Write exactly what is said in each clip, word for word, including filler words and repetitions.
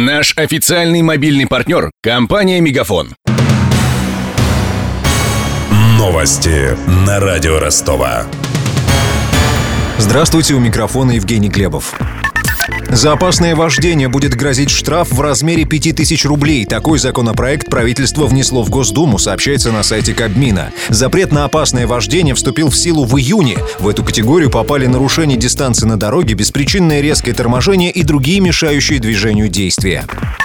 Наш официальный мобильный партнер – компания «Мегафон». Новости на радио Ростова. Здравствуйте, у микрофона Евгений Глебов. За опасное вождение будет грозить штраф в размере пяти тысяч рублей. Такой законопроект правительство внесло в Госдуму, сообщается на сайте Кабмина. Запрет на опасное вождение вступил в силу в июне. В эту категорию попали нарушение дистанции на дороге, беспричинное резкое торможение и другие мешающие движению действия.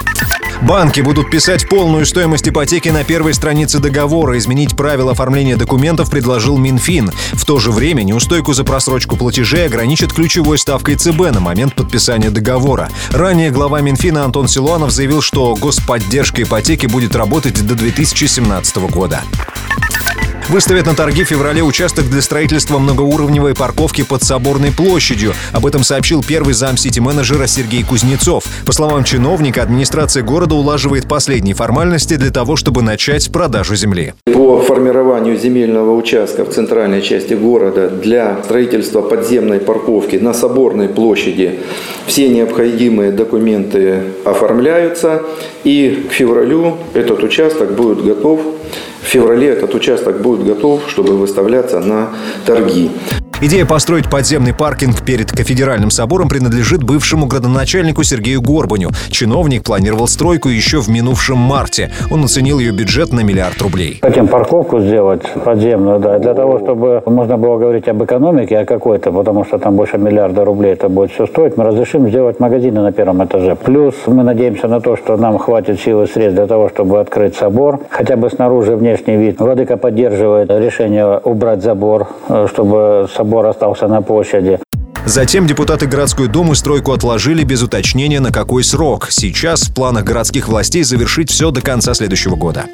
Банки будут писать полную стоимость ипотеки на первой странице договора. Изменить правила оформления документов предложил Минфин. В то же время неустойку за просрочку платежей ограничат ключевой ставкой ЦБ на момент подписания договора. Ранее глава Минфина Антон Силуанов заявил, что господдержка ипотеки будет работать до две тысячи семнадцатого года. Выставят на торги в феврале участок для строительства многоуровневой парковки под Соборной площадью. Об этом сообщил первый зам сити-менеджера Сергей Кузнецов. По словам чиновника, администрация города улаживает последние формальности для того, чтобы начать продажу земли. По формированию земельного участка в центральной части города для строительства подземной парковки на Соборной площади все необходимые документы оформляются. И к февралю этот участок будет готов. В феврале этот участок будет готов, чтобы выставляться на торги. Идея построить подземный паркинг перед Кафедральным собором принадлежит бывшему градоначальнику Сергею Горбаню. Чиновник планировал стройку еще в минувшем марте. Он оценил ее бюджет на миллиард рублей. Хотим парковку сделать подземную, да, для того, чтобы можно было говорить об экономике, о какой-то, потому что там больше миллиарда рублей это будет все стоить. Мы разрешим сделать магазины на первом этаже. Плюс мы надеемся на то, что нам хватит сил и средств для того, чтобы открыть собор. Хотя бы снаружи внешний вид. Владыка поддерживает решение убрать забор, чтобы собор Собор остался на площади. Затем депутаты городской думы стройку отложили без уточнения, на какой срок. Сейчас в планах городских властей завершить все до конца следующего года.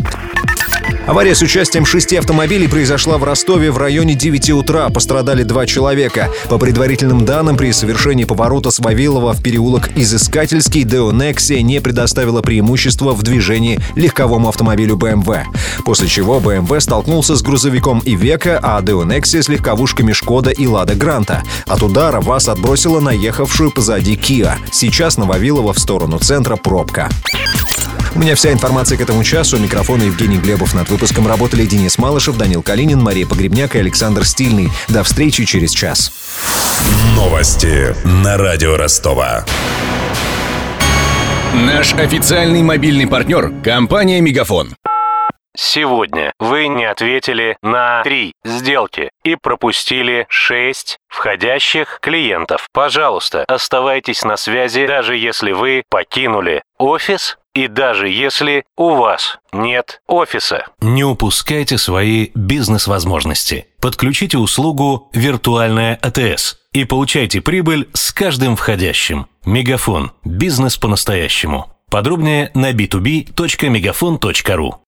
Авария с участием шести автомобилей произошла в Ростове в районе девяти утра. Пострадали два человека. По предварительным данным, при совершении поворота с Вавилова в переулок Изыскательский Део Нексия не предоставила преимущества в движении легковому автомобилю бэ эм вэ. После чего бэ эм вэ столкнулся с грузовиком Ивеко, а Део Нексия с легковушками Шкода и Лада Гранта. От удара ВАЗ отбросила наехавшую позади Киа. Сейчас на Вавилова в сторону центра пробка. У меня вся информация к этому часу. У микрофона Евгений Глебов. Над выпуском работали Денис Малышев, Данил Калинин, Мария Погребняк и Александр Стильный. До встречи через час. Новости на радио Ростова. Наш официальный мобильный партнер – компания «Мегафон». Сегодня вы не ответили на три сделки и пропустили шесть входящих клиентов. Пожалуйста, оставайтесь на связи, даже если вы покинули офис и даже если у вас нет офиса. Не упускайте свои бизнес-возможности. Подключите услугу «Виртуальная а тэ эс» и получайте прибыль с каждым входящим. Мегафон. Бизнес по-настоящему. Подробнее на би ту би точка мегафон точка ру.